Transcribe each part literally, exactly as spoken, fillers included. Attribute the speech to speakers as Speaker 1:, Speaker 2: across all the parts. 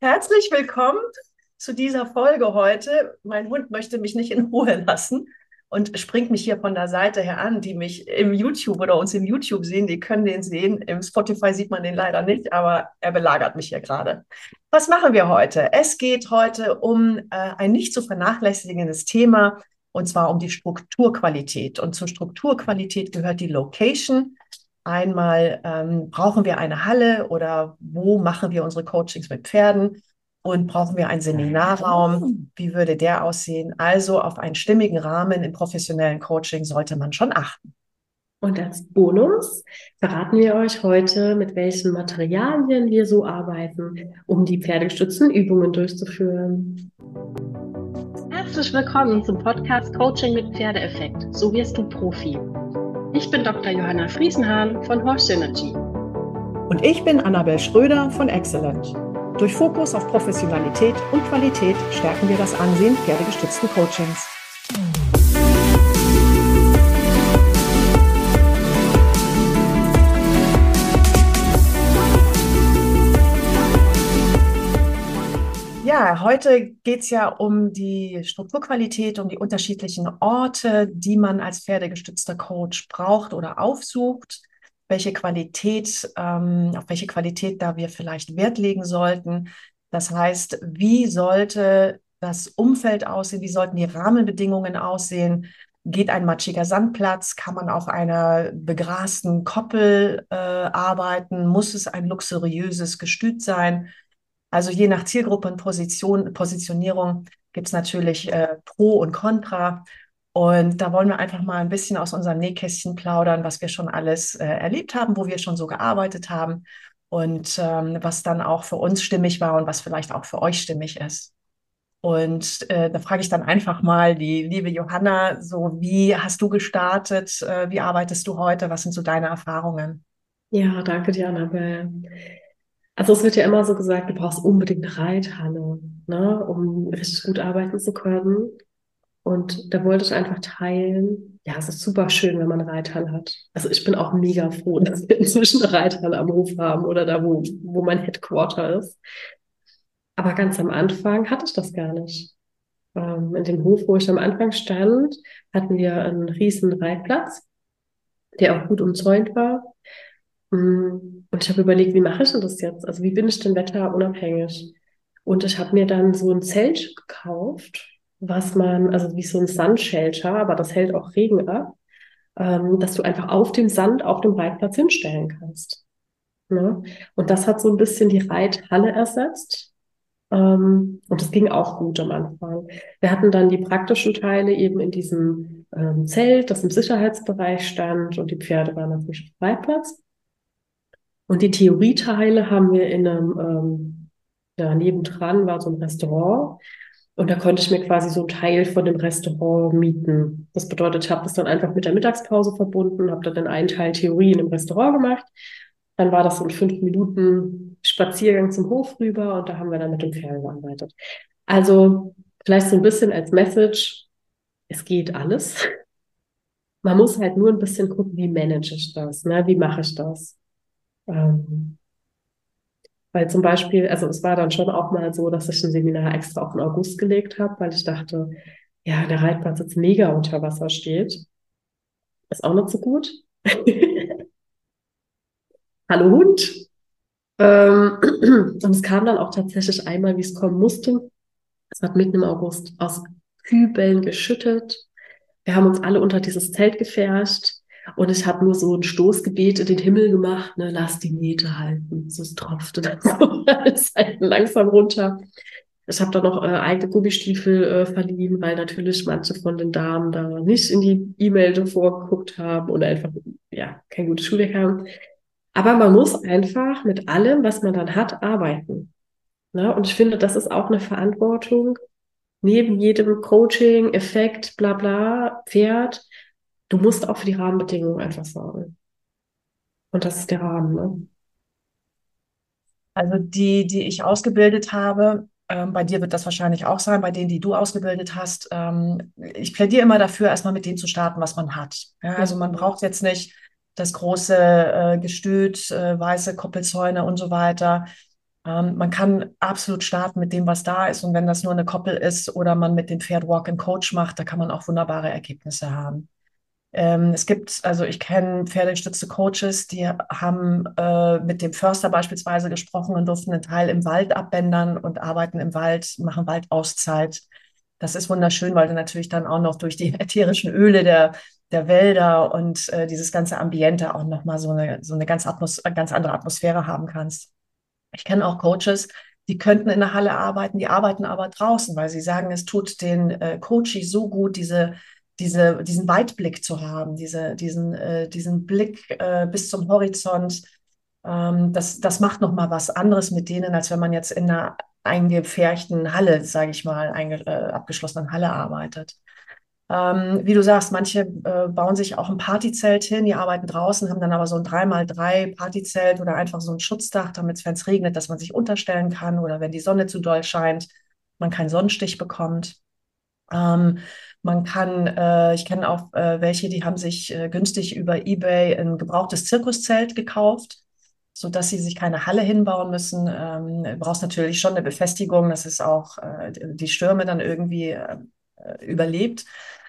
Speaker 1: Herzlich willkommen zu dieser Folge heute. Mein Hund möchte mich nicht in Ruhe lassen und springt mich hier von der Seite her an. Die mich im YouTube oder uns im YouTube sehen, die können den sehen. Im Spotify sieht man den leider nicht, aber er belagert mich hier gerade. Was machen wir heute? Es geht heute um äh, ein nicht zu vernachlässigendes Thema, und zwar um die Strukturqualität. Und zur Strukturqualität gehört die Location. Einmal ähm, brauchen wir eine Halle oder wo machen wir unsere Coachings mit Pferden und brauchen wir einen Seminarraum? Wie würde der aussehen? Also auf einen stimmigen Rahmen im professionellen Coaching sollte man schon achten.
Speaker 2: Und als Bonus verraten wir euch heute, mit welchen Materialien wir so arbeiten, um die pferdegestützten Übungen durchzuführen.
Speaker 3: Herzlich willkommen zum Podcast Coaching mit Pferdeeffekt. So wirst du Profi. Ich bin Doktor Johanna Friesenhahn von Horse Synergy.
Speaker 1: Und ich bin Annabel Schröder von Excellent. Durch Fokus auf Professionalität und Qualität stärken wir das Ansehen pferdegestützten Coachings. Ja, heute geht es ja um die Strukturqualität, um die unterschiedlichen Orte, die man als pferdegestützter Coach braucht oder aufsucht, welche Qualität, ähm, auf welche Qualität da wir vielleicht Wert legen sollten. Das heißt, wie sollte das Umfeld aussehen, wie sollten die Rahmenbedingungen aussehen? Geht ein matschiger Sandplatz? Kann man auf einer begrasten Koppel äh, arbeiten? Muss es ein luxuriöses Gestüt sein? Also je nach Zielgruppe und Position, Positionierung gibt es natürlich äh, Pro und Contra. Und da wollen wir einfach mal ein bisschen aus unserem Nähkästchen plaudern, was wir schon alles äh, erlebt haben, wo wir schon so gearbeitet haben und ähm, was dann auch für uns stimmig war und was vielleicht auch für euch stimmig ist. Und äh, da frage ich dann einfach mal die liebe Johanna, so wie hast du gestartet? Äh, wie arbeitest du heute? Was sind so deine Erfahrungen?
Speaker 2: Ja, danke dir, Annabelle. Also es wird ja immer so gesagt, du brauchst unbedingt eine Reithalle, ne, um richtig gut arbeiten zu können. Und da wollte ich einfach teilen, ja, es ist super schön, wenn man eine Reithalle hat. Also ich bin auch mega froh, dass wir inzwischen eine Reithalle am Hof haben oder da, wo, wo mein Headquarter ist. Aber ganz am Anfang hatte ich das gar nicht. Ähm, in dem Hof, wo ich am Anfang stand, hatten wir einen riesen Reitplatz, der auch gut umzäunt war. Mm, Und ich habe überlegt, wie mache ich denn das jetzt? Also wie bin ich denn wetterunabhängig? Und ich habe mir dann so ein Zelt gekauft, was man, also wie so ein Sundshelter, aber das hält auch Regen ab, ähm, dass du einfach auf dem Sand auf dem Reitplatz hinstellen kannst. Ne? Und das hat so ein bisschen die Reithalle ersetzt. Ähm, und das ging auch gut am Anfang. Wir hatten dann die praktischen Teile eben in diesem ähm, Zelt, das im Sicherheitsbereich stand, und die Pferde waren natürlich auf dem Reitplatz. Und die Theorieteile haben wir in einem, ähm, ja, nebendran war so ein Restaurant. Und da konnte ich mir quasi so einen Teil von dem Restaurant mieten. Das bedeutet, ich habe das dann einfach mit der Mittagspause verbunden, habe dann den einen Teil Theorie in dem Restaurant gemacht. Dann war das so ein fünf Minuten Spaziergang zum Hof rüber und da haben wir dann mit dem Pferd gearbeitet. Also vielleicht so ein bisschen als Message, es geht alles. Man muss halt nur ein bisschen gucken, wie manage ich das, ne? Wie mache ich das? Ähm, Weil zum Beispiel, also es war dann schon auch mal so, dass ich ein Seminar extra auf den August gelegt habe, weil ich dachte, ja, der Reitplatz jetzt mega unter Wasser steht. Ist auch nicht so gut. Hallo Hund. Ähm, und es kam dann auch tatsächlich einmal, wie es kommen musste. Es hat mitten im August aus Kübeln geschüttet. Wir haben uns alle unter dieses Zelt gefärscht und ich habe nur so ein Stoßgebet in den Himmel gemacht, ne, lass die Nähte halten. So, es tropfte dann so alles halt langsam runter. Ich habe da noch äh, eigene Gummistiefel äh, verliehen, weil natürlich manche von den Damen da nicht in die E-Mail davor geguckt haben oder einfach ja kein gutes Schulwerk haben. Aber man muss einfach mit allem, was man dann hat, arbeiten. Ne? Und ich finde, das ist auch eine Verantwortung, neben jedem Coaching, Effekt, bla bla, Pferd, du musst auch für die Rahmenbedingungen einfach sorgen. Und das ist der Rahmen, ne?
Speaker 1: Also die, die ich ausgebildet habe, ähm, bei dir wird das wahrscheinlich auch sein, bei denen, die du ausgebildet hast. Ähm, ich plädiere immer dafür, erstmal mit dem zu starten, was man hat. Ja,
Speaker 2: Ja,
Speaker 1: also man braucht jetzt nicht das große äh, Gestüt, äh, weiße Koppelzäune und so weiter. Ähm, man kann absolut starten mit dem, was da ist. Und wenn das nur eine Koppel ist oder man mit dem Pferd Walk and Coach macht, da kann man auch wunderbare Ergebnisse haben. Ähm, es gibt, also ich kenne pferdegestützte Coaches, die haben äh, mit dem Förster beispielsweise gesprochen und durften einen Teil im Wald abbändern und arbeiten im Wald, machen Waldauszeit. Das ist wunderschön, weil du natürlich dann auch noch durch die ätherischen Öle der, der Wälder und äh, dieses ganze Ambiente auch nochmal so eine, so eine ganz, Atmos ganz andere Atmosphäre haben kannst. Ich kenne auch Coaches, die könnten in der Halle arbeiten, die arbeiten aber draußen, weil sie sagen, es tut den äh, Coaches so gut, diese, diese, diesen Weitblick zu haben, diese, diesen, äh, diesen Blick äh, bis zum Horizont. Ähm, das, das macht nochmal was anderes mit denen, als wenn man jetzt in einer eingepferchten Halle, sage ich mal, einge, äh, abgeschlossenen Halle arbeitet. Ähm, wie du sagst, manche äh, bauen sich auch ein Partyzelt hin, die arbeiten draußen, haben dann aber so ein drei mal drei Partyzelt oder einfach so ein Schutzdach, damit, wenn es regnet, dass man sich unterstellen kann oder wenn die Sonne zu doll scheint, man keinen Sonnenstich bekommt. Ähm, man kann, äh, ich kenne auch äh, welche, die haben sich äh, günstig über eBay ein gebrauchtes Zirkuszelt gekauft, sodass sie sich keine Halle hinbauen müssen. Ähm, du brauchst natürlich schon eine Befestigung, dass es auch äh, die Stürme dann irgendwie äh, überlebt.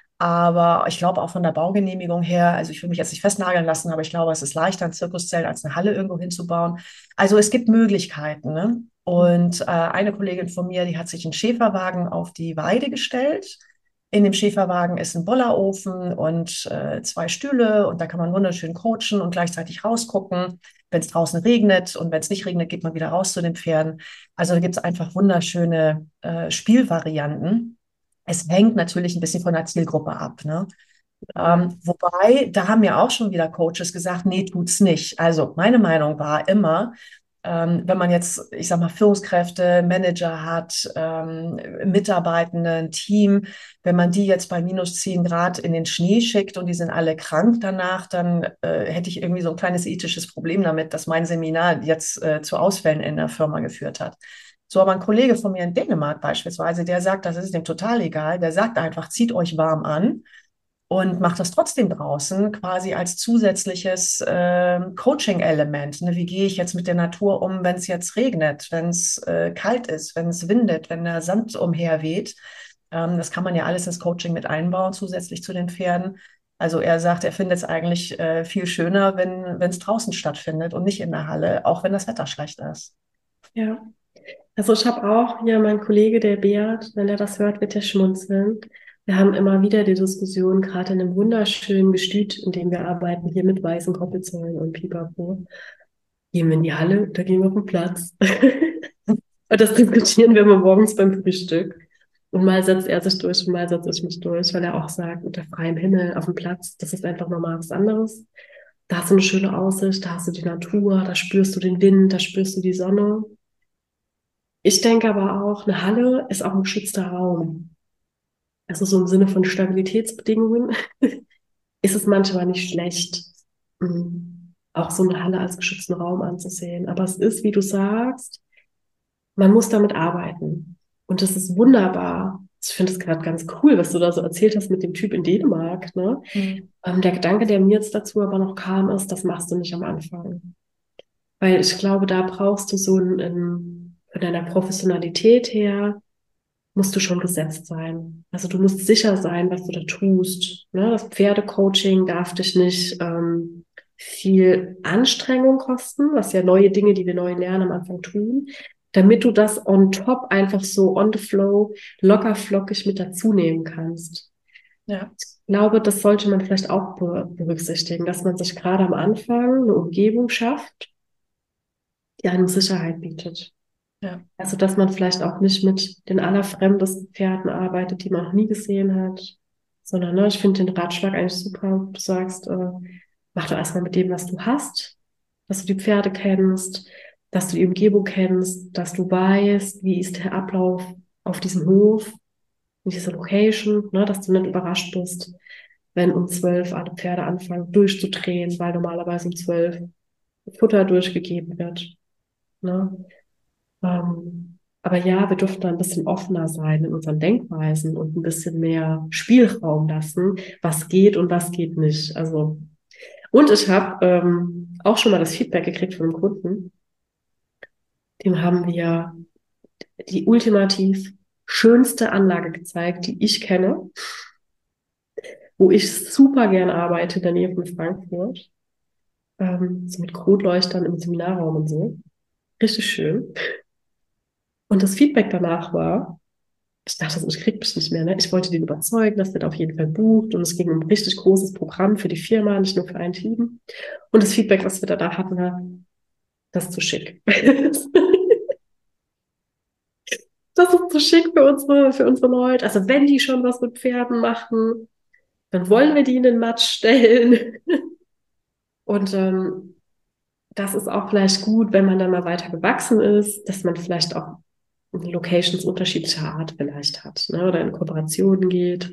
Speaker 1: Aber ich glaube auch von der Baugenehmigung her, also ich will mich jetzt nicht festnageln lassen, aber ich glaube, es ist leichter, ein Zirkuszelt als eine Halle irgendwo hinzubauen. Also es gibt Möglichkeiten, ne? Und äh, eine Kollegin von mir, die hat sich einen Schäferwagen auf die Weide gestellt. In dem Schäferwagen ist ein Bollerofen und äh, zwei Stühle und da kann man wunderschön coachen und gleichzeitig rausgucken. Wenn es draußen regnet und wenn es nicht regnet, geht man wieder raus zu den Pferden. Also da gibt es einfach wunderschöne äh, Spielvarianten. Es hängt natürlich ein bisschen von der Zielgruppe ab, ne?
Speaker 2: Ja.
Speaker 1: Ähm, wobei, da haben mir auch schon wieder Coaches gesagt, nee, tut's nicht. Also meine Meinung war immer, ähm, wenn man jetzt, ich sag mal, Führungskräfte, Manager hat, ähm, Mitarbeitende, ein Team, wenn man die jetzt bei minus zehn Grad in den Schnee schickt und die sind alle krank danach, dann äh, hätte ich irgendwie so ein kleines ethisches Problem damit, dass mein Seminar jetzt äh, zu Ausfällen in der Firma geführt hat. So, aber ein Kollege von mir in Dänemark beispielsweise, der sagt, das ist dem total egal, der sagt einfach, zieht euch warm an und macht das trotzdem draußen quasi als zusätzliches äh, Coaching-Element. Ne? Wie gehe ich jetzt mit der Natur um, wenn es jetzt regnet, wenn es äh, kalt ist, wenn es windet, wenn der Sand umherweht? Ähm, das kann man ja alles ins Coaching mit einbauen, zusätzlich zu den Pferden. Also er sagt, er findet es eigentlich äh, viel schöner, wenn wenn es draußen stattfindet und nicht in der Halle, auch wenn das Wetter schlecht ist.
Speaker 2: Ja. Also ich habe auch hier mein Kollege, der Beat, wenn er das hört, wird er schmunzeln. Wir haben immer wieder die Diskussion, gerade in einem wunderschönen Gestüt, in dem wir arbeiten, hier mit weißen Koppelzäunen und Pipapo. Gehen wir in die Halle, da gehen wir auf den Platz. Und das diskutieren wir immer morgens beim Frühstück. Und mal setzt er sich durch und mal setze ich mich durch, weil er auch sagt, unter freiem Himmel auf dem Platz, das ist einfach nochmal was anderes. Da hast du eine schöne Aussicht, da hast du die Natur, da spürst du den Wind, da spürst du die Sonne. Ich denke aber auch, eine Halle ist auch ein geschützter Raum. Also so im Sinne von Stabilitätsbedingungen ist es manchmal nicht schlecht, mhm, auch so eine Halle als geschützten Raum anzusehen. Aber es ist, wie du sagst, man muss damit arbeiten. Und das ist wunderbar. Ich finde es gerade ganz cool, was du da so erzählt hast mit dem Typ in Dänemark, ne?
Speaker 1: Mhm.
Speaker 2: Ähm, der Gedanke, der mir jetzt dazu aber noch kam, ist, das machst du nicht am Anfang. Weil ich glaube, da brauchst du so ein, ein von deiner Professionalität her, musst du schon gesetzt sein. Also du musst sicher sein, was du da tust. Ne? Das Pferdecoaching darf dich nicht ähm, viel Anstrengung kosten, was ja neue Dinge, die wir neu lernen, am Anfang tun, damit du das on top einfach so on the flow, locker flockig mit dazu nehmen kannst.
Speaker 1: Ja,
Speaker 2: Ich glaube, das sollte man vielleicht auch be berücksichtigen, dass man sich gerade am Anfang eine Umgebung schafft, die einem Sicherheit bietet.
Speaker 1: ja,
Speaker 2: Also, dass man vielleicht auch nicht mit den allerfremdesten Pferden arbeitet, die man noch nie gesehen hat, sondern, ne, ich finde den Ratschlag eigentlich super. Du sagst, äh, mach doch erstmal mit dem, was du hast, dass du die Pferde kennst, dass du die Umgebung kennst, dass du weißt, wie ist der Ablauf auf diesem Hof, in dieser Location, ne, dass du nicht überrascht bist, wenn um zwölf alle Pferde anfangen durchzudrehen, weil normalerweise um zwölf Futter durchgegeben wird, ne? Ähm, aber ja, wir dürfen da ein bisschen offener sein in unseren Denkweisen und ein bisschen mehr Spielraum lassen, was geht und was geht nicht. Also, und ich habe ähm, auch schon mal das Feedback gekriegt von einem Kunden. Dem haben wir die ultimativ schönste Anlage gezeigt, die ich kenne, wo ich super gern arbeite, in der Nähe von Frankfurt. Ähm, so mit Kronleuchtern im Seminarraum und so. Richtig schön. Und das Feedback danach war, ich dachte, ich krieg mich nicht mehr, ne? Ich wollte den überzeugen, dass der da auf jeden Fall bucht. Und es ging um ein richtig großes Programm für die Firma, nicht nur für ein Team. Und das Feedback, was wir da hatten, war, das ist zu schick. Das ist zu schick für unsere, für unsere Leute. Also wenn die schon was mit Pferden machen, dann wollen wir die in den Matsch stellen. Und ähm, das ist auch vielleicht gut, wenn man dann mal weiter gewachsen ist, dass man vielleicht auch Locations unterschiedlicher Art vielleicht hat, ne? Oder in Kooperationen geht.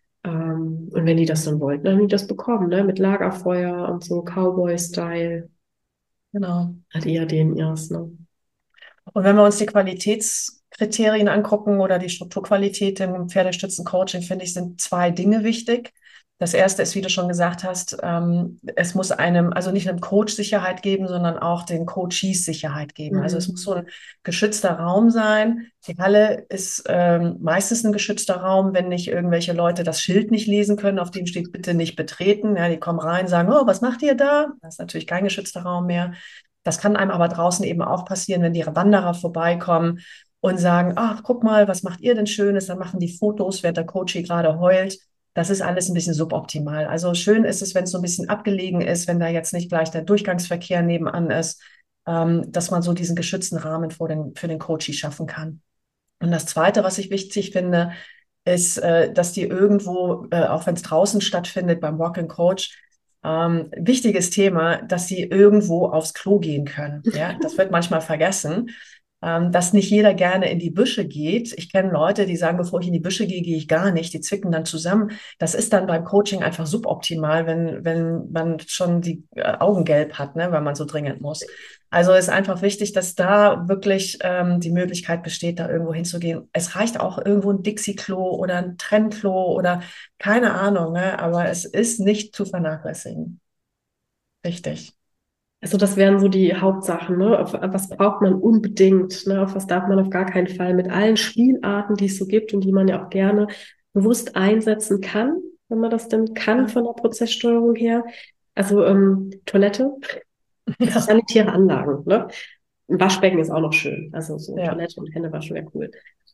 Speaker 2: Ähm, und wenn die das dann wollten, dann haben die das bekommen, ne? Mit Lagerfeuer und so Cowboy-Style.
Speaker 1: Genau.
Speaker 2: Hat eher den ihres, ne?
Speaker 1: Und wenn wir uns die Qualitätskriterien angucken oder die Strukturqualität im Pferdestützen-Coaching, finde ich, sind zwei Dinge wichtig. Das erste ist, wie du schon gesagt hast, ähm, es muss einem, also nicht einem Coach Sicherheit geben, sondern auch den Coachees Sicherheit geben. Also es muss so
Speaker 2: Mhm.
Speaker 1: ein geschützter Raum sein. Die Halle ist ähm, meistens ein geschützter Raum, wenn nicht irgendwelche Leute das Schild nicht lesen können, auf dem steht bitte nicht betreten. Ja, die kommen rein, sagen, oh, was macht ihr da? Das ist natürlich kein geschützter Raum mehr. Das kann einem aber draußen eben auch passieren, wenn die Wanderer vorbeikommen und sagen, ach, guck mal, was macht ihr denn Schönes? Dann machen die Fotos, während der Coach hier gerade heult. Das ist alles ein bisschen suboptimal. Also schön ist es, wenn es so ein bisschen abgelegen ist, wenn da jetzt nicht gleich der Durchgangsverkehr nebenan ist, ähm, dass man so diesen geschützten Rahmen für den, für den Coachie schaffen kann. Und das Zweite, was ich wichtig finde, ist, äh, dass die irgendwo, äh, auch wenn es draußen stattfindet, beim Walk-in-Coach, ähm, wichtiges Thema, dass sie irgendwo aufs Klo gehen können. Ja, das wird manchmal vergessen, ähm, dass nicht jeder gerne in die Büsche geht. Ich kenne Leute, die sagen, bevor ich in die Büsche gehe, gehe ich gar nicht. Die zwicken dann zusammen. Das ist dann beim Coaching einfach suboptimal, wenn, wenn man schon die äh, Augen gelb hat, ne, weil man so dringend muss. Also ist einfach wichtig, dass da wirklich ähm, die Möglichkeit besteht, da irgendwo hinzugehen. Es reicht auch irgendwo ein Dixie-Klo oder ein Trennklo oder keine Ahnung, ne? Aber es ist nicht zu vernachlässigen. Richtig.
Speaker 2: Also das wären so die Hauptsachen, ne? Auf was braucht man unbedingt, ne? Auf was darf man auf gar keinen Fall mit allen Spielarten, die es so gibt und die man ja auch gerne bewusst einsetzen kann, wenn man das denn kann
Speaker 1: Ja.
Speaker 2: von der Prozesssteuerung her. Also ähm, Toilette, also
Speaker 1: Ja.
Speaker 2: sanitäre Anlagen, ne? Ein Waschbecken ist auch noch schön. Also so
Speaker 1: Ja.
Speaker 2: Toilette und Händewaschen wäre cool.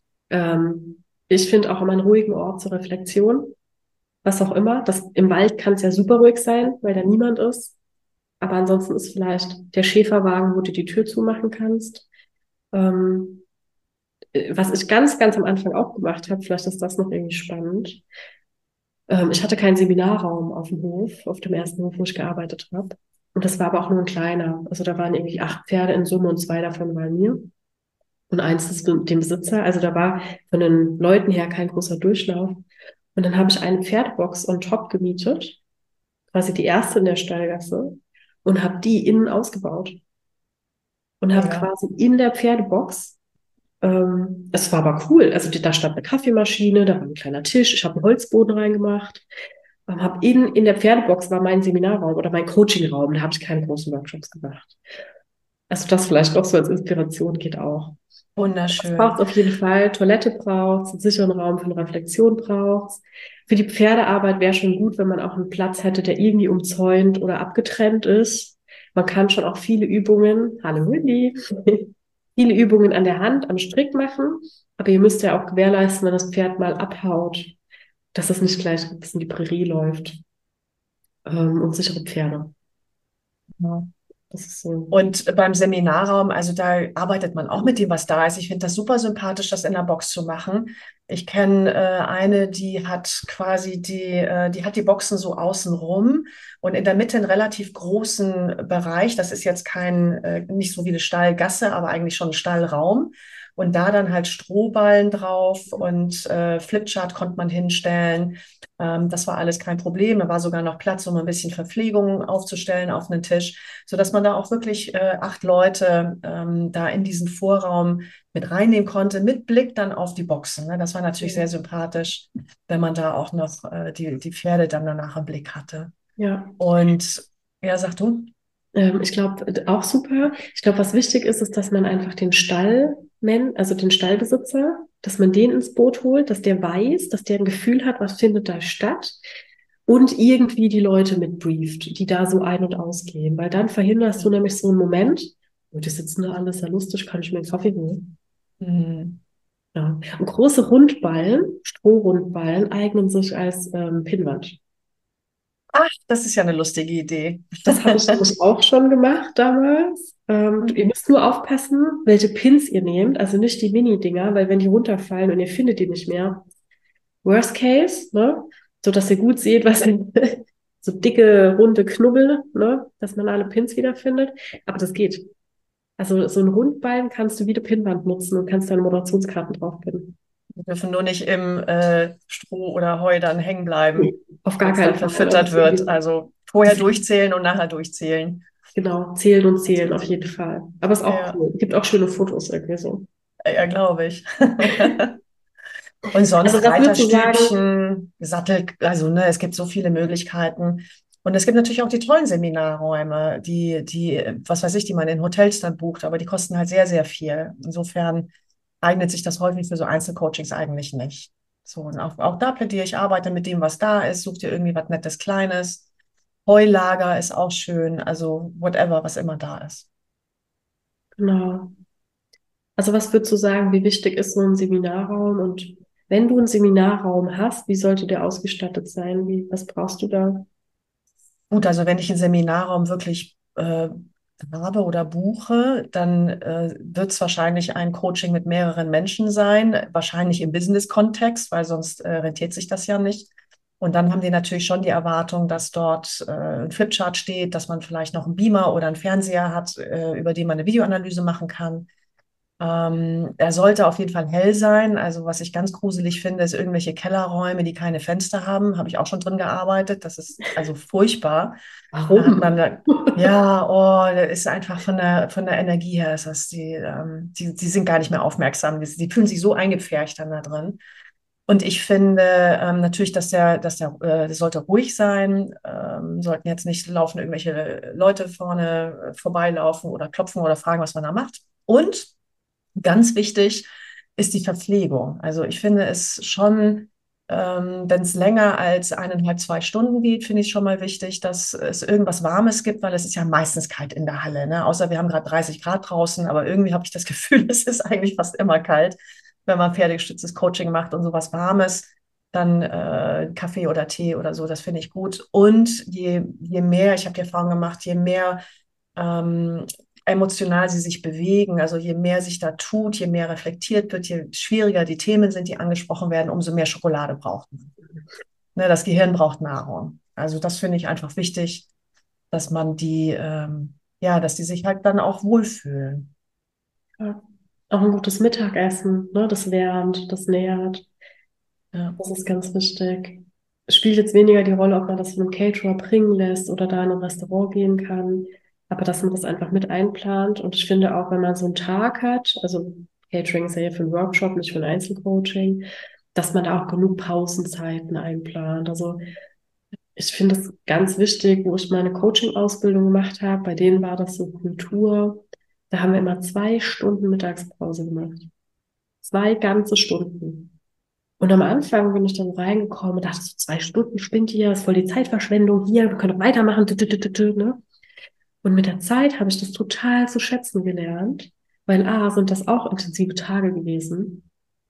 Speaker 2: Ähm, ich finde auch immer einen ruhigen Ort zur Reflexion, was auch immer. Das, im Wald kann es ja super ruhig sein, weil da niemand ist. Aber ansonsten ist vielleicht der Schäferwagen, wo du die Tür zumachen kannst. Ähm, äh, was ich ganz, ganz am Anfang auch gemacht habe, vielleicht ist das noch irgendwie spannend. Ähm, ich hatte keinen Seminarraum auf dem Hof, auf dem ersten Hof, wo ich gearbeitet habe. Und das war aber auch nur ein kleiner. Also da waren irgendwie acht Pferde in Summe und zwei davon waren mir. Und eins ist mit dem Besitzer. Also da war von den Leuten her kein großer Durchlauf. Und dann habe ich eine Pferdebox on top gemietet, quasi die erste in der Stallgasse, und habe die innen ausgebaut. Und habe
Speaker 1: Mega.
Speaker 2: quasi in der Pferdebox, ähm, es war aber cool, also die, da stand eine Kaffeemaschine, da war ein kleiner Tisch, ich habe einen Holzboden reingemacht, ähm, habe in, in der Pferdebox war mein Seminarraum oder mein Coachingraum, da habe ich keine großen Workshops gemacht. Also das vielleicht noch so als Inspiration geht auch. Es braucht
Speaker 1: Wunderschön.
Speaker 2: auf jeden Fall, Toilette braucht einen sicheren Raum für eine Reflexion braucht. Für die Pferdearbeit wäre schon gut, wenn man auch einen Platz hätte, der irgendwie umzäunt oder abgetrennt ist. Man kann schon auch viele Übungen, hallo Wendy, viele Übungen an der Hand, am Strick machen. Aber ihr müsst ja auch gewährleisten, wenn das Pferd mal abhaut, dass es nicht gleich bis in die Prärie läuft. Ähm, und sichere Pferde.
Speaker 1: Ja.
Speaker 2: Das ist so.
Speaker 1: Und beim Seminarraum, also da arbeitet man auch mit dem, was da ist. Ich finde das super sympathisch, das in der Box zu machen. Ich kenne äh, eine, die hat quasi die, äh, die hat die Boxen so außenrum und in der Mitte einen relativ großen Bereich. Das ist jetzt kein, äh, nicht so wie eine Stallgasse, aber eigentlich schon ein Stallraum. Und da dann halt Strohballen drauf und äh, Flipchart konnte man hinstellen. Ähm, das war alles kein Problem. Da war sogar noch Platz, um ein bisschen Verpflegung aufzustellen auf einen Tisch, sodass man da auch wirklich äh, acht Leute ähm, da in diesen Vorraum mit reinnehmen konnte, mit Blick dann auf die Boxen. Ne? Das war natürlich sehr sympathisch, wenn man da auch noch äh, die, die Pferde dann danach im Blick hatte.
Speaker 2: Ja.
Speaker 1: Und ja, sag du?
Speaker 2: Ähm, ich glaube, auch super. Ich glaube, was wichtig ist, ist, dass man einfach den Stallman, also den Stallbesitzer, dass man den ins Boot holt, dass der weiß, dass der ein Gefühl hat, was findet da statt und irgendwie die Leute mitbrieft, die da so ein- und ausgehen. Weil dann verhinderst du nämlich so einen Moment, oh, die sitzen da alles ja lustig, kann ich mir einen Kaffee holen?
Speaker 1: Mhm.
Speaker 2: Ja. Und große Rundballen, Strohrundballen, eignen sich als ähm, Pinnwand.
Speaker 1: Ach, das ist ja eine lustige Idee.
Speaker 2: Das habe ich nämlich auch schon gemacht damals. Ähm, ihr müsst nur aufpassen, welche Pins ihr nehmt, also nicht die Mini-Dinger, weil wenn die runterfallen und ihr findet die nicht mehr, Worst Case, ne, so dass ihr gut seht, was so dicke, runde Knubbel, ne, dass man alle Pins wiederfindet. Aber das geht. Also so ein Rundballen kannst du wie eine Pinnwand nutzen und kannst deine Moderationskarten draufpinnen.
Speaker 1: Wir dürfen nur nicht im äh, Stroh oder Heu dann hängen
Speaker 2: Nee,
Speaker 1: bleiben,
Speaker 2: auf
Speaker 1: wenn
Speaker 2: gar
Speaker 1: es
Speaker 2: keinen
Speaker 1: dann
Speaker 2: Fall. Also
Speaker 1: verfüttert wird.
Speaker 2: deswegen,
Speaker 1: Also vorher
Speaker 2: deswegen,
Speaker 1: durchzählen und nachher durchzählen.
Speaker 2: genau, zählen und
Speaker 1: Das
Speaker 2: zählen
Speaker 1: wird
Speaker 2: auf
Speaker 1: so.
Speaker 2: jeden Fall. Aber ist auch
Speaker 1: Ja,
Speaker 2: cool. Gibt auch schöne Fotos irgendwie so.
Speaker 1: ja, glaube ich. Und sonst
Speaker 2: Also was würdest du sagen?
Speaker 1: Reiterstübchen, Sattel, also ne, es gibt so viele Möglichkeiten. Und es gibt natürlich auch die tollen Seminarräume, die, die, was weiß ich, die man in Hotels dann bucht, aber die kosten halt sehr, sehr viel. Insofern eignet sich das häufig für so Einzelcoachings eigentlich nicht. So, und auch, auch da plädiere ich, arbeite mit dem, was da ist, such dir irgendwie was Nettes, Kleines. Heulager ist auch schön, also whatever, was immer da ist.
Speaker 2: Genau. Also was würdest du sagen, wie wichtig ist so ein Seminarraum? Und wenn du einen Seminarraum hast, wie sollte der ausgestattet sein? Wie, was brauchst du da?
Speaker 1: Gut, also wenn ich einen Seminarraum wirklich äh, habe oder buche, dann äh, wird es wahrscheinlich ein Coaching mit mehreren Menschen sein, wahrscheinlich im Business-Kontext, weil sonst äh, rentiert sich das ja nicht. Und dann haben die natürlich schon die Erwartung, dass dort äh, ein Flipchart steht, dass man vielleicht noch einen Beamer oder einen Fernseher hat, äh, über den man eine Videoanalyse machen kann. Ähm, er sollte auf jeden Fall hell sein. Also was ich ganz gruselig finde, ist irgendwelche Kellerräume, die keine Fenster haben. Habe ich auch schon drin gearbeitet. Das ist also furchtbar. Da hat man,
Speaker 2: Warum?
Speaker 1: da, ja, oh, da ist einfach von der, von der Energie her, ist das, die, ähm, die, die sind gar nicht mehr aufmerksam. Die, die fühlen sich so eingepfercht dann da drin. Und ich finde ähm, natürlich, dass der, dass der, äh, das sollte ruhig sein, ähm, sollten jetzt nicht laufen irgendwelche Leute vorne äh, vorbeilaufen oder klopfen oder fragen, was man da macht. Und ganz wichtig ist die Verpflegung. Also ich finde es schon, ähm, wenn es länger als eineinhalb, zwei Stunden geht, finde ich schon mal wichtig, dass es irgendwas Warmes gibt, weil es ist ja meistens kalt in der Halle, ne? Außer wir haben gerade dreißig Grad draußen, aber irgendwie habe ich das Gefühl, es ist eigentlich fast immer kalt, wenn man pferdegestütztes Coaching macht und sowas Warmes. Dann äh, Kaffee oder Tee oder so, das finde ich gut. Und je, je mehr, ich habe die Erfahrung gemacht, je mehr ähm, emotional sie sich bewegen. Also je mehr sich da tut, je mehr reflektiert wird, je schwieriger die Themen sind, die angesprochen werden, umso mehr Schokolade braucht man. Ne, das Gehirn braucht Nahrung. Also das finde ich einfach wichtig, dass man die, ähm, ja, dass die sich halt dann auch wohlfühlen.
Speaker 2: Ja. Auch ein gutes Mittagessen, ne? Das wärmt, das nährt.
Speaker 1: Ja.
Speaker 2: Das ist ganz wichtig. Es spielt jetzt weniger die Rolle, ob man das von einem Caterer bringen lässt oder da in ein Restaurant gehen kann, aber dass man das einfach mit einplant. Und ich finde auch, wenn man so einen Tag hat, also Catering ist ja hier für einen Workshop, nicht für ein Einzelcoaching, dass man da auch genug Pausenzeiten einplant. Also ich finde es ganz wichtig, wo ich meine Coaching-Ausbildung gemacht habe, bei denen war das so Kultur. Da haben wir immer zwei Stunden Mittagspause gemacht. Zwei ganze Stunden. Und am Anfang bin ich dann reingekommen und dachte so, zwei Stunden spinnt ihr, ist voll die Zeitverschwendung hier, wir können doch weitermachen. tü, tü, tü, tü, tü, Ne? Und mit der Zeit habe ich das total zu schätzen gelernt, weil A, sind das auch intensive Tage gewesen.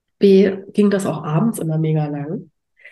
Speaker 2: B, ging das auch abends immer mega lang.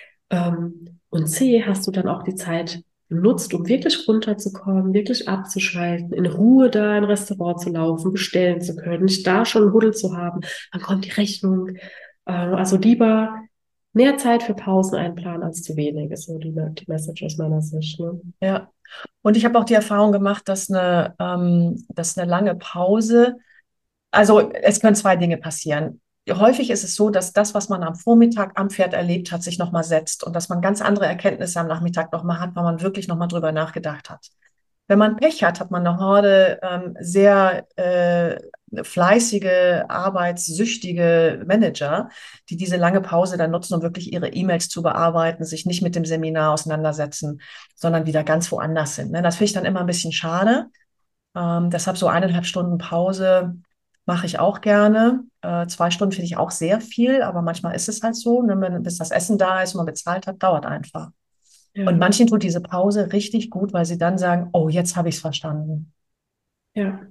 Speaker 2: Ähm, und C, hast du dann auch die Zeit genutzt, um wirklich runterzukommen, wirklich abzuschalten, in Ruhe da in ein Restaurant zu laufen, bestellen zu können, nicht da schon einen Huddel zu haben, dann kommt die Rechnung. Äh, also lieber mehr Zeit für Pausen einplanen als zu wenig, ist so die, die Message aus meiner Sicht. Ne?
Speaker 1: Ja. Und ich habe auch die Erfahrung gemacht, dass eine, ähm, dass eine lange Pause, also es können zwei Dinge passieren. Häufig ist es so, dass das, was man am Vormittag am Pferd erlebt hat, sich nochmal setzt und dass man ganz andere Erkenntnisse am Nachmittag nochmal hat, weil man wirklich nochmal drüber nachgedacht hat. Wenn man Pech hat, hat man eine Horde ähm, sehr äh, fleißige, arbeitssüchtige Manager, die diese lange Pause dann nutzen, um wirklich ihre E-Mails zu bearbeiten, sich nicht mit dem Seminar auseinandersetzen, sondern wieder ganz woanders sind. Ne? Das finde ich dann immer ein bisschen schade. Ähm, deshalb so eineinhalb Stunden Pause mache ich auch gerne. Äh, zwei Stunden finde ich auch sehr viel, aber manchmal ist es halt so, ne, wenn, bis das Essen da ist und man bezahlt hat, dauert einfach. Und
Speaker 2: Ja,
Speaker 1: manchen tut diese Pause richtig gut, weil sie dann sagen, oh, jetzt habe ich es verstanden.
Speaker 2: ja.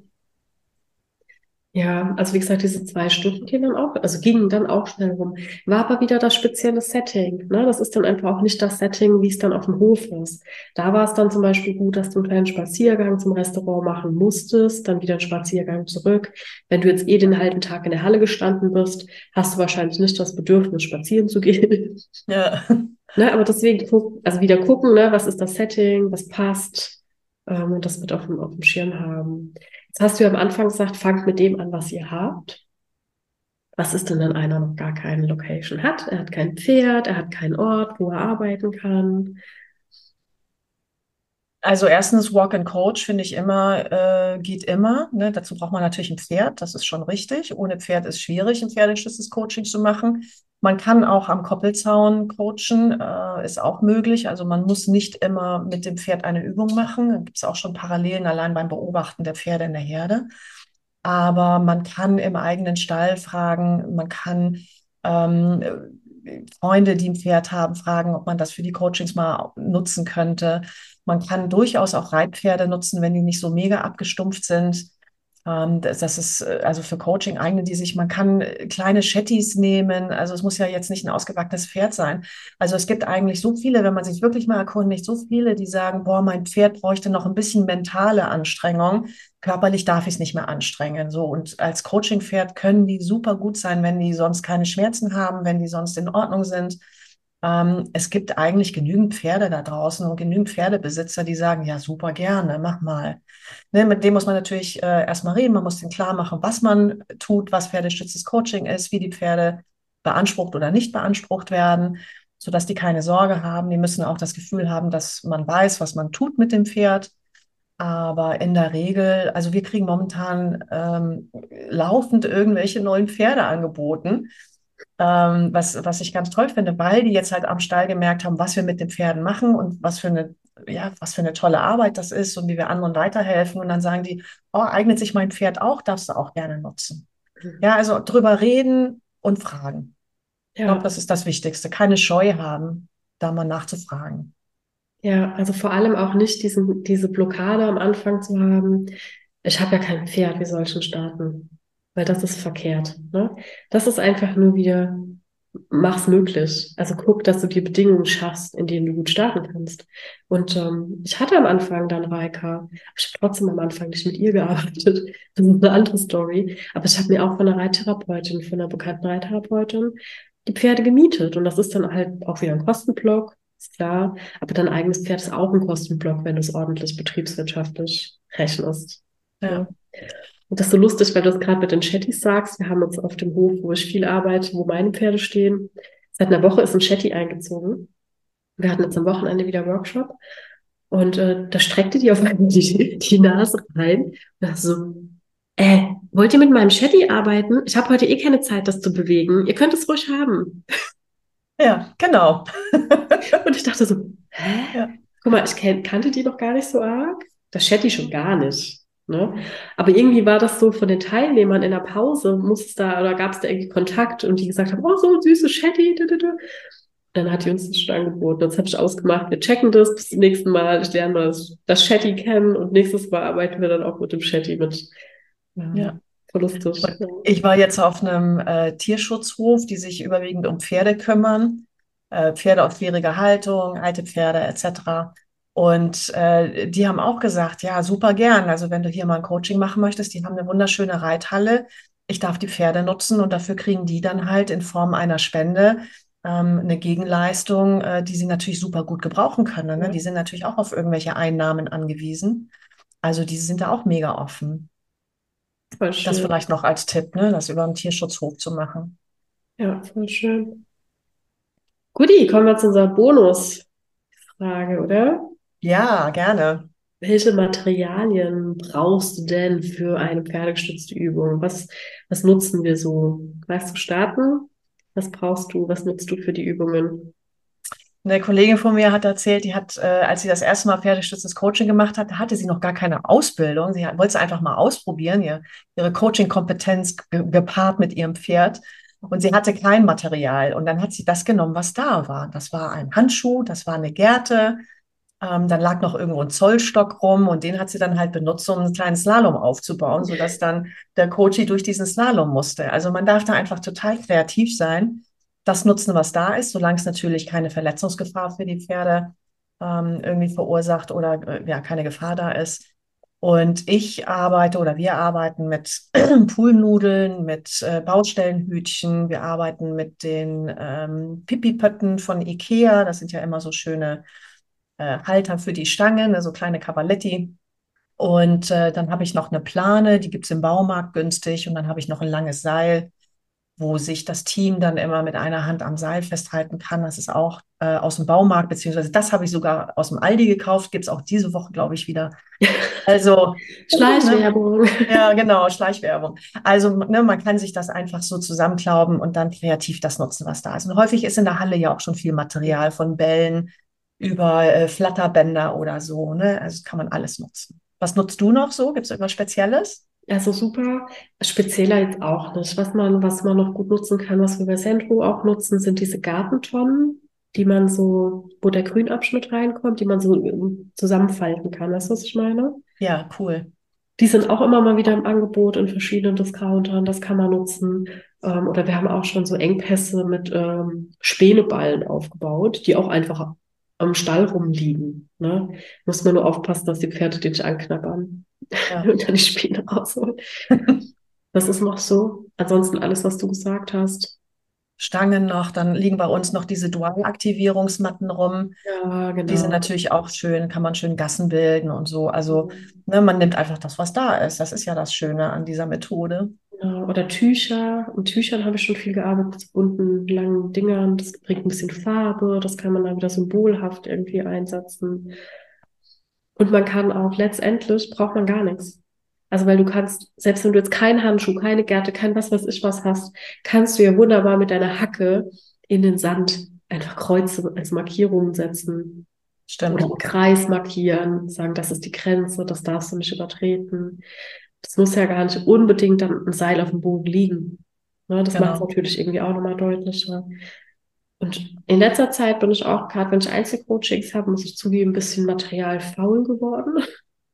Speaker 2: Ja, also wie gesagt, diese zwei Stunden gehen dann auch, also gingen dann auch schnell rum. War aber wieder das spezielle Setting, ne? Das ist dann einfach auch nicht das Setting, wie es dann auf dem Hof ist. Da war es dann zum Beispiel gut, dass du einen kleinen Spaziergang zum Restaurant machen musstest, dann wieder einen Spaziergang zurück. Wenn du jetzt eh den halben Tag in der Halle gestanden bist, hast du wahrscheinlich nicht das Bedürfnis, spazieren zu gehen.
Speaker 1: Ja.
Speaker 2: Ne? Aber deswegen, guck- also wieder gucken, ne? Was ist das Setting, was passt, ähm, und das mit auf dem, auf dem Schirm haben. Jetzt hast du ja am Anfang gesagt, fangt mit dem an, was ihr habt. Was ist denn, wenn einer noch gar keine Location hat? Er hat kein Pferd, er hat keinen Ort, wo er arbeiten kann.
Speaker 1: Also erstens, Walk and Coach finde ich immer, äh, geht immer. Ne? Dazu braucht man natürlich ein Pferd, das ist schon richtig. Ohne Pferd ist schwierig, ein pferdegestütztes Coaching zu machen. Man kann auch am Koppelzaun coachen, äh, ist auch möglich. Also man muss nicht immer mit dem Pferd eine Übung machen. Da gibt es auch schon Parallelen allein beim Beobachten der Pferde in der Herde. Aber man kann im eigenen Stall fragen, man kann ähm, Freunde, die ein Pferd haben, fragen, ob man das für die Coachings mal nutzen könnte. Man kann durchaus auch Reitpferde nutzen, wenn die nicht so mega abgestumpft sind. Ähm, das, das ist äh, also für Coaching eignen die sich. Man kann äh, kleine Shetties nehmen. Also es muss ja jetzt nicht ein ausgewachsenes Pferd sein. Also es gibt eigentlich so viele, wenn man sich wirklich mal erkundigt, so viele, die sagen, boah, mein Pferd bräuchte noch ein bisschen mentale Anstrengung. Körperlich darf ich es nicht mehr anstrengen. So, und als Coaching-Pferd können die super gut sein, wenn die sonst keine Schmerzen haben, wenn die sonst in Ordnung sind. Ähm, es gibt eigentlich genügend Pferde da draußen und genügend Pferdebesitzer, die sagen, ja, super gerne, mach mal. Ne, mit dem muss man natürlich äh, erstmal reden, man muss denen klar machen, was man tut, was pferdestütztes Coaching ist, wie die Pferde beansprucht oder nicht beansprucht werden, sodass die keine Sorge haben. Die müssen auch das Gefühl haben, dass man weiß, was man tut mit dem Pferd. Aber in der Regel, also wir kriegen momentan ähm, laufend irgendwelche neuen Pferde angeboten, ähm, was, was ich ganz toll finde, weil die jetzt halt am Stall gemerkt haben, was wir mit den Pferden machen und was für eine, ja, was für eine tolle Arbeit das ist und wie wir anderen weiterhelfen. Und dann sagen die, oh, eignet sich mein Pferd auch, darfst du auch gerne nutzen. Ja, also drüber reden und fragen. Ich glaube,
Speaker 2: Ja,
Speaker 1: das ist das Wichtigste. Keine Scheu haben, da mal nachzufragen.
Speaker 2: ja, also vor allem auch nicht diesen, diese Blockade am Anfang zu haben. Ich habe ja kein Pferd, wie soll ich denn starten? Weil das ist verkehrt, ne? Das ist einfach nur wieder, mach's möglich. Also guck, dass du die Bedingungen schaffst, in denen du gut starten kannst. Und ähm, ich hatte am Anfang dann Reika, aber ich habe trotzdem am Anfang nicht mit ihr gearbeitet. Das ist eine andere Story. Aber ich habe mir auch von einer Reittherapeutin, von einer bekannten Reittherapeutin, die Pferde gemietet. Und das ist dann halt auch wieder ein Kostenblock, ist klar. Aber dein eigenes Pferd ist auch ein Kostenblock, wenn du es ordentlich betriebswirtschaftlich rechnest. Ne?
Speaker 1: Ja,
Speaker 2: Und das ist so lustig, weil du das gerade mit den Shetties sagst. Wir haben uns auf dem Hof, wo ich viel arbeite, wo meine Pferde stehen, seit einer Woche ist ein Shetty eingezogen. Wir hatten jetzt am Wochenende wieder Workshop und äh, da streckte die auf einmal die, die Nase rein und dachte so, äh, wollt ihr mit meinem Shetty arbeiten? Ich habe heute eh keine Zeit, das zu bewegen. Ihr könnt es ruhig haben.
Speaker 1: ja, genau.
Speaker 2: Und ich dachte so, hä?
Speaker 1: Ja.
Speaker 2: Guck mal, ich kan kannte die noch gar nicht so arg. Das Shetty schon gar nicht. Ne? Aber irgendwie war das so von den Teilnehmern in der Pause, muss es da, oder gab es da irgendwie Kontakt und die gesagt haben, oh, so ein süßes Shetty. Da, da, da. Dann hat die uns das schon angeboten. Jetzt habe ich ausgemacht, wir checken das bis zum nächsten Mal. Ich lerne mal das, das Shetty kennen und nächstes Mal arbeiten wir dann auch mit dem Shetty mit. Ja,
Speaker 1: Ja.
Speaker 2: voll lustig.
Speaker 1: Und
Speaker 2: Ja.
Speaker 1: ich war jetzt auf einem äh, Tierschutzhof, die sich überwiegend um Pferde kümmern, äh, Pferde auf schwieriger Haltung, alte Pferde et cetera. Und äh, die haben auch gesagt, ja, super gern. Also wenn du hier mal ein Coaching machen möchtest, die haben eine wunderschöne Reithalle. Ich darf die Pferde nutzen und dafür kriegen die dann halt in Form einer Spende ähm, eine Gegenleistung, äh, die sie natürlich super gut gebrauchen können. Ne?
Speaker 2: Ja,
Speaker 1: Die sind natürlich auch auf irgendwelche Einnahmen angewiesen. Also die sind da auch mega offen.
Speaker 2: voll
Speaker 1: Das
Speaker 2: schön.
Speaker 1: vielleicht noch als Tipp, ne, das über einen Tierschutzhof zu machen.
Speaker 2: Ja, voll schön. Guti, kommen wir zu unserer Bonusfrage, oder?
Speaker 1: Ja, gerne.
Speaker 2: Welche Materialien brauchst du denn für eine pferdegestützte Übung? Was, was nutzen wir so? Weißt du starten? Was brauchst du? Was nutzt du für die Übungen?
Speaker 1: Eine Kollegin von mir hat erzählt, die hat, äh, als sie das erste Mal pferdegestütztes Coaching gemacht hat, da hatte sie noch gar keine Ausbildung. Sie hat, wollte es einfach mal ausprobieren, ihr, ihre Coaching-Kompetenz ge gepaart mit ihrem Pferd. Und sie hatte kein Material. Und dann hat sie das genommen, was da war. Das war ein Handschuh, das war eine Gerte. Ähm, dann lag noch irgendwo ein Zollstock rum und den hat sie dann halt benutzt, um einen kleinen Slalom aufzubauen, sodass dann der Coachie durch diesen Slalom musste. Also man darf da einfach total kreativ sein, das nutzen, was da ist, solange es natürlich keine Verletzungsgefahr für die Pferde ähm, irgendwie verursacht oder äh, ja, keine Gefahr da ist. Und ich arbeite oder wir arbeiten mit Poolnudeln, mit äh, Baustellenhütchen, wir arbeiten mit den ähm, Pipi-Pötten von Ikea. Das sind ja immer so schöne äh, Halter für die Stangen, also kleine Cavaletti. Und äh, dann habe ich noch eine Plane, die gibt es im Baumarkt günstig. Und dann habe ich noch ein langes Seil, wo sich das Team dann immer mit einer Hand am Seil festhalten kann. Das ist auch äh, aus dem Baumarkt, beziehungsweise das habe ich sogar aus dem Aldi gekauft. Gibt es auch diese Woche, glaube ich, wieder. Also,
Speaker 2: Schleichwerbung.
Speaker 1: ja, genau, Schleichwerbung. Also, ne, man kann sich das einfach so zusammenklauben und dann kreativ das nutzen, was da ist. Und häufig ist in der Halle ja auch schon viel Material von Bällen über äh, Flatterbänder oder so, ne? Also kann man alles nutzen. Was nutzt du noch so? Gibt es irgendwas Spezielles?
Speaker 2: Also super, spezieller jetzt auch nicht. Was man, was man noch gut nutzen kann, was wir bei Sandro auch nutzen, sind diese Gartentonnen, die man so, wo der Grünabschnitt reinkommt, die man so ähm, zusammenfalten kann. Weißt du, was ich meine?
Speaker 1: Ja, cool.
Speaker 2: Die sind auch immer mal wieder im Angebot in verschiedenen Discountern. Das kann man nutzen. Ähm, oder wir haben auch schon so Engpässe mit ähm, Späneballen aufgebaut, die auch einfach am Stall rumliegen. Ne? Muss man nur aufpassen, dass die Pferde die nicht anknabbern
Speaker 1: Ja.
Speaker 2: und dann die Späne rausholen. Das ist noch so. Ansonsten alles, was du gesagt hast.
Speaker 1: Stangen noch, dann liegen bei uns noch diese Dualaktivierungsmatten rum.
Speaker 2: Ja,
Speaker 1: Die sind
Speaker 2: genau.
Speaker 1: natürlich auch schön, kann man schön Gassen bilden und so. Also, ne, man nimmt einfach das, was da ist. Das ist ja das Schöne an dieser Methode.
Speaker 2: Genau. Oder Tücher. Und Tüchern habe ich schon viel gearbeitet, so bunten, langen Dingern. Das bringt ein bisschen Farbe. Das kann man dann wieder symbolhaft irgendwie einsetzen. Und man kann auch letztendlich, braucht man gar nichts. Also, weil du kannst, selbst wenn du jetzt keinen Handschuh, keine Gerte, kein was weiß ich was hast, kannst du ja wunderbar mit deiner Hacke in den Sand einfach Kreuze als Markierungen setzen.
Speaker 1: Stimmt.
Speaker 2: Oder einen Kreis markieren, sagen, das ist die Grenze, das darfst du nicht übertreten. Das muss ja gar nicht unbedingt dann ein Seil auf dem Boden liegen. Ne, das macht es
Speaker 1: Genau.
Speaker 2: natürlich irgendwie auch nochmal deutlicher. Und in letzter Zeit bin ich auch, gerade wenn ich Einzelcoachings habe, muss ich zugeben, ein bisschen materialfaul geworden,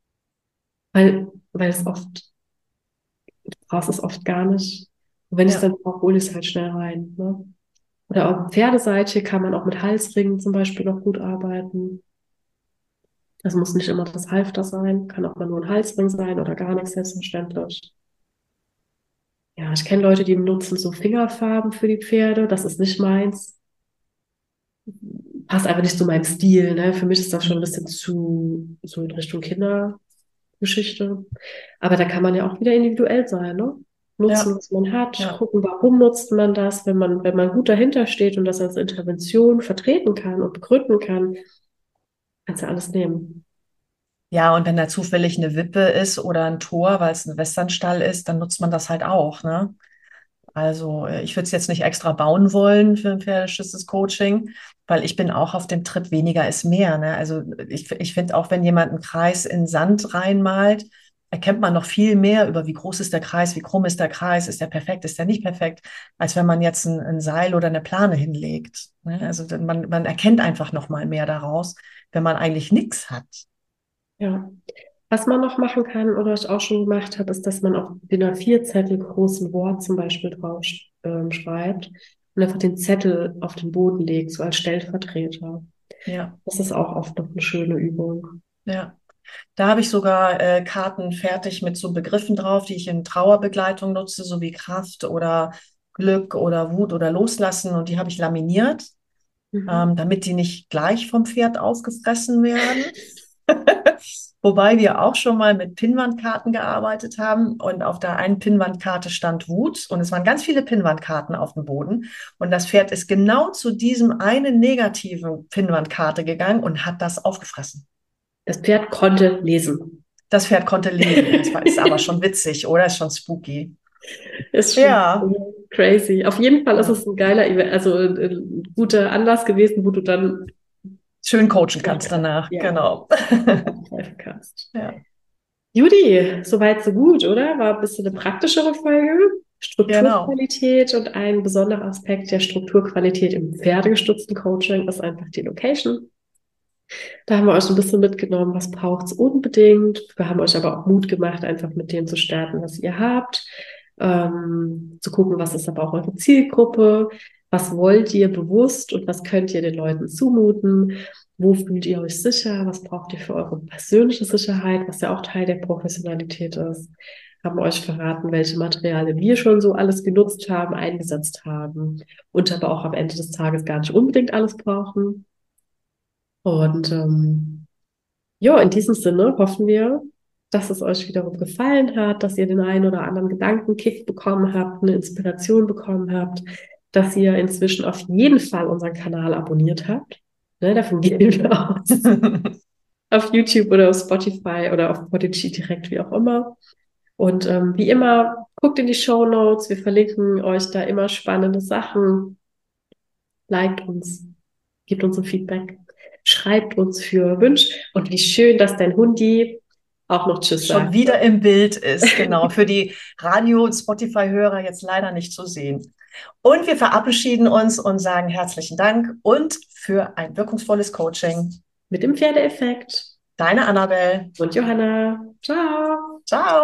Speaker 2: weil, weil es oft, du brauchst es oft gar nicht. Und wenn ich es
Speaker 1: Ja.
Speaker 2: dann brauche, hole ich es halt schnell rein. Ne? Oder auf Pferdeseite kann man auch mit Halsringen zum Beispiel noch gut arbeiten. Das muss nicht immer das Halfter sein, kann auch mal nur ein Halsring sein oder gar nichts, selbstverständlich. Ja, ich kenne Leute, die benutzen so Fingerfarben für die Pferde. Das ist nicht meins. Passt einfach nicht zu meinem Stil, ne? Für mich ist das schon ein bisschen zu, so in Richtung Kindergeschichte. Aber da kann man ja auch wieder individuell sein, ne? Nutzen,
Speaker 1: Ja.
Speaker 2: was man hat,
Speaker 1: Ja.
Speaker 2: gucken, warum nutzt man das, wenn man, wenn man gut dahinter steht und das als Intervention vertreten kann und begründen kann, kannst du alles nehmen.
Speaker 1: Ja, und wenn da zufällig eine Wippe ist oder ein Tor, weil es ein Westernstall ist, dann nutzt man das halt auch, ne? Also äh, ich würde es jetzt nicht extra bauen wollen für ein pferdegestütztes Coaching, weil ich bin auch auf dem Trip weniger ist mehr, ne? Also ich, ich finde auch, wenn jemand einen Kreis in Sand reinmalt, erkennt man noch viel mehr über, wie groß ist der Kreis, wie krumm ist der Kreis, ist der perfekt, ist der nicht perfekt, als wenn man jetzt ein, ein Seil oder eine Plane hinlegt, ne? Also man, man erkennt einfach noch mal mehr daraus, wenn man eigentlich nichts hat.
Speaker 2: Ja. Was man noch machen kann oder ich auch schon gemacht habe, ist, dass man auf D I N A vier Zettel großen Wort zum Beispiel drauf ähm, schreibt und einfach den Zettel auf den Boden legt, so als Stellvertreter.
Speaker 1: Ja,
Speaker 2: Das ist auch oft noch eine schöne Übung.
Speaker 1: ja. Da habe ich sogar äh, Karten fertig mit so Begriffen drauf, die ich in Trauerbegleitung nutze, so wie Kraft oder Glück oder Wut oder Loslassen. Und die habe ich laminiert,
Speaker 2: Mhm.
Speaker 1: ähm, damit die nicht gleich vom Pferd aufgefressen werden. Wobei wir auch schon mal mit Pinnwandkarten gearbeitet haben und auf der einen Pinnwandkarte stand Wut und es waren ganz viele Pinnwandkarten auf dem Boden und das Pferd ist genau zu diesem einen negativen Pinnwandkarte gegangen und hat das aufgefressen.
Speaker 2: Das Pferd konnte lesen.
Speaker 1: Das Pferd konnte lesen. Das war, ist aber schon witzig, oder? Ist schon spooky.
Speaker 2: Ist schon
Speaker 1: Ja,
Speaker 2: crazy. Auf jeden Fall ist
Speaker 1: ja.
Speaker 2: es ein geiler Event, also ein, ein guter Anlass gewesen, wo du dann
Speaker 1: Schön coachen kannst danach,
Speaker 2: ja,
Speaker 1: genau.
Speaker 2: treffen kannst.
Speaker 1: Ja,
Speaker 2: Judy, soweit so gut, oder? War ein bisschen eine praktischere Folge.
Speaker 1: genau.
Speaker 2: Strukturqualität und ein besonderer Aspekt der Strukturqualität im pferdegestützten Coaching ist einfach die Location. Da haben wir euch so ein bisschen mitgenommen, was braucht es unbedingt. Wir haben euch aber auch Mut gemacht, einfach mit dem zu starten, was ihr habt. Ähm, zu gucken, was ist aber auch eure Zielgruppe, was wollt ihr bewusst und was könnt ihr den Leuten zumuten, wo fühlt ihr euch sicher, was braucht ihr für eure persönliche Sicherheit, was ja auch Teil der Professionalität ist. Haben euch verraten, welche Materialien wir schon so alles genutzt haben, eingesetzt haben und aber auch am Ende des Tages gar nicht unbedingt alles brauchen. Und ähm, ja, in diesem Sinne hoffen wir, dass es euch wiederum gefallen hat, dass ihr den einen oder anderen Gedankenkick bekommen habt, eine Inspiration bekommen habt, dass ihr inzwischen auf jeden Fall unseren Kanal abonniert habt. Ne, davon gehen wir aus. Auf YouTube oder auf Spotify oder auf Podigy direkt, wie auch immer. Und ähm, wie immer, guckt in die Show Notes. Wir verlinken euch da immer spannende Sachen. Liked uns, gebt uns ein Feedback, schreibt uns für Wünsche und wie schön, dass dein Hundi auch noch Tschüss
Speaker 1: Schon
Speaker 2: sagt.
Speaker 1: wieder im Bild ist, genau. Für die Radio- und Spotify-Hörer jetzt leider nicht zu sehen. Und wir verabschieden uns und sagen herzlichen Dank und für ein wirkungsvolles Coaching.
Speaker 2: Mit dem Pferdeeffekt.
Speaker 1: Deine Annabelle.
Speaker 2: Und Johanna. Ciao.
Speaker 1: Ciao.